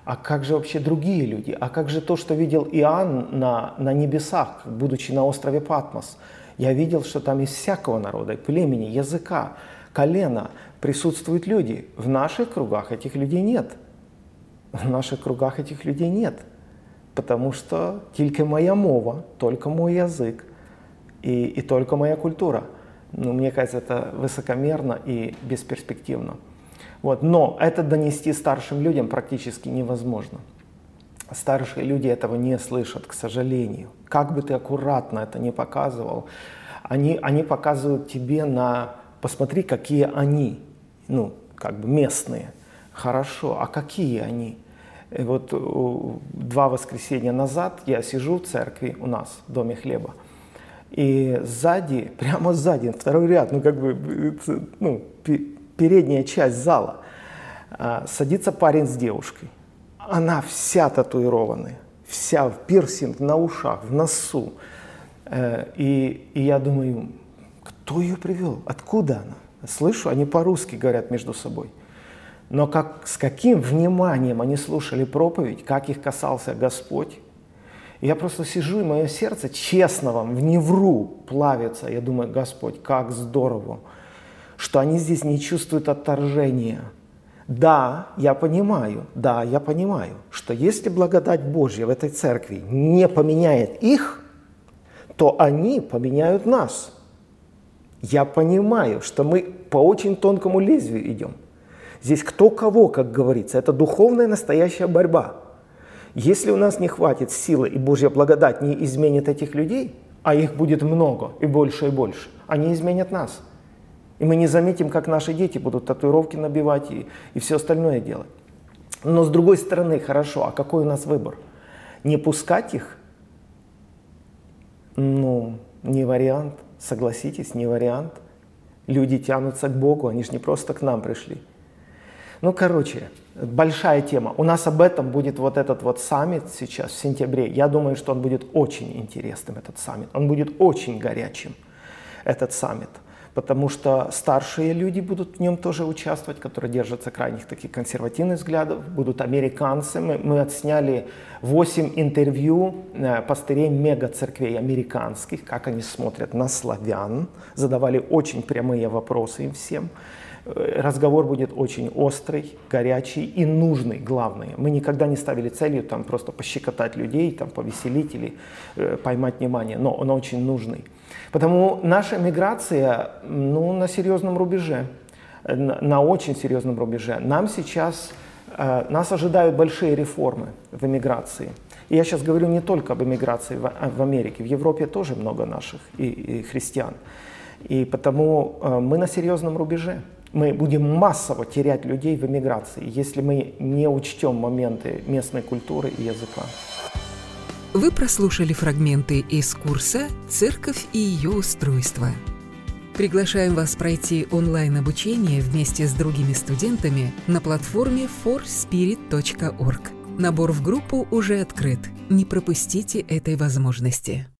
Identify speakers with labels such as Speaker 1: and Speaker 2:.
Speaker 1: А как же вообще другие люди? А как же то, что видел Иоанн на небесах, будучи на острове Патмос? Я видел, что там из всякого народа, племени, языка, колена присутствуют люди. В наших кругах этих людей нет. В наших кругах этих людей нет. Потому что только моя мова, только мой язык и только моя культура. Ну, мне кажется, это высокомерно и бесперспективно. Вот. Но это донести старшим людям практически невозможно. Старшие люди этого не слышат, к сожалению. Как бы ты аккуратно это ни показывал, они показывают тебе на... Посмотри, какие они, ну, как бы местные. Хорошо, а какие они? И вот 2 воскресенья назад я сижу в церкви у нас, в Доме хлеба. И сзади, прямо сзади, второй ряд, ну, как бы, ну, передняя часть зала, садится парень с девушкой. Она вся татуированная, вся в пирсинг на ушах, в носу. И я думаю, кто ее привел? Откуда она? Слышу, они по-русски говорят между собой. Но с каким вниманием они слушали проповедь, как их касался Господь. И я просто сижу, и мое сердце, честно вам, не вру, плавится. Я думаю, Господь, как здорово, что они здесь не чувствуют отторжения. Да, я понимаю, что если благодать Божья в этой церкви не поменяет их, то они поменяют нас. Я понимаю, что мы по очень тонкому лезвию идем. Здесь кто кого, как говорится, это духовная настоящая борьба. Если у нас не хватит силы и Божья благодать не изменит этих людей, а их будет много и больше, они изменят нас. И мы не заметим, как наши дети будут татуировки набивать и все остальное делать. Но с другой стороны, хорошо, а какой у нас выбор? Не пускать их? Ну, не вариант, согласитесь, не вариант. Люди тянутся к Богу, они же не просто к нам пришли. Ну, короче, большая тема. У нас об этом будет вот этот вот саммит сейчас, в сентябре. Я думаю, что он будет очень интересным, этот саммит. Он будет очень горячим, этот саммит. Потому что старшие люди будут в нем тоже участвовать, которые держатся крайних таких консервативных взглядов. Будут американцы. Мы отсняли 8 интервью пастырей мега-церквей американских, как они смотрят на славян. Задавали очень прямые вопросы им всем. Разговор будет очень острый, горячий и нужный, главное. Мы никогда не ставили целью там, просто пощекотать людей, там, повеселить или поймать внимание, но он очень нужный. Потому наша миграция на серьезном рубеже, на очень серьезном рубеже. Нас ожидают большие реформы в эмиграции. И я сейчас говорю не только об эмиграции в Америке, в Европе тоже много наших и христиан. И потому мы на серьезном рубеже. Мы будем массово терять людей в эмиграции, если мы не учтем моменты местной культуры и языка.
Speaker 2: Вы прослушали фрагменты из курса «Церковь и ее устройство». Приглашаем вас пройти онлайн-обучение вместе с другими студентами на платформе forspirit.org. Набор в группу уже открыт. Не пропустите этой возможности.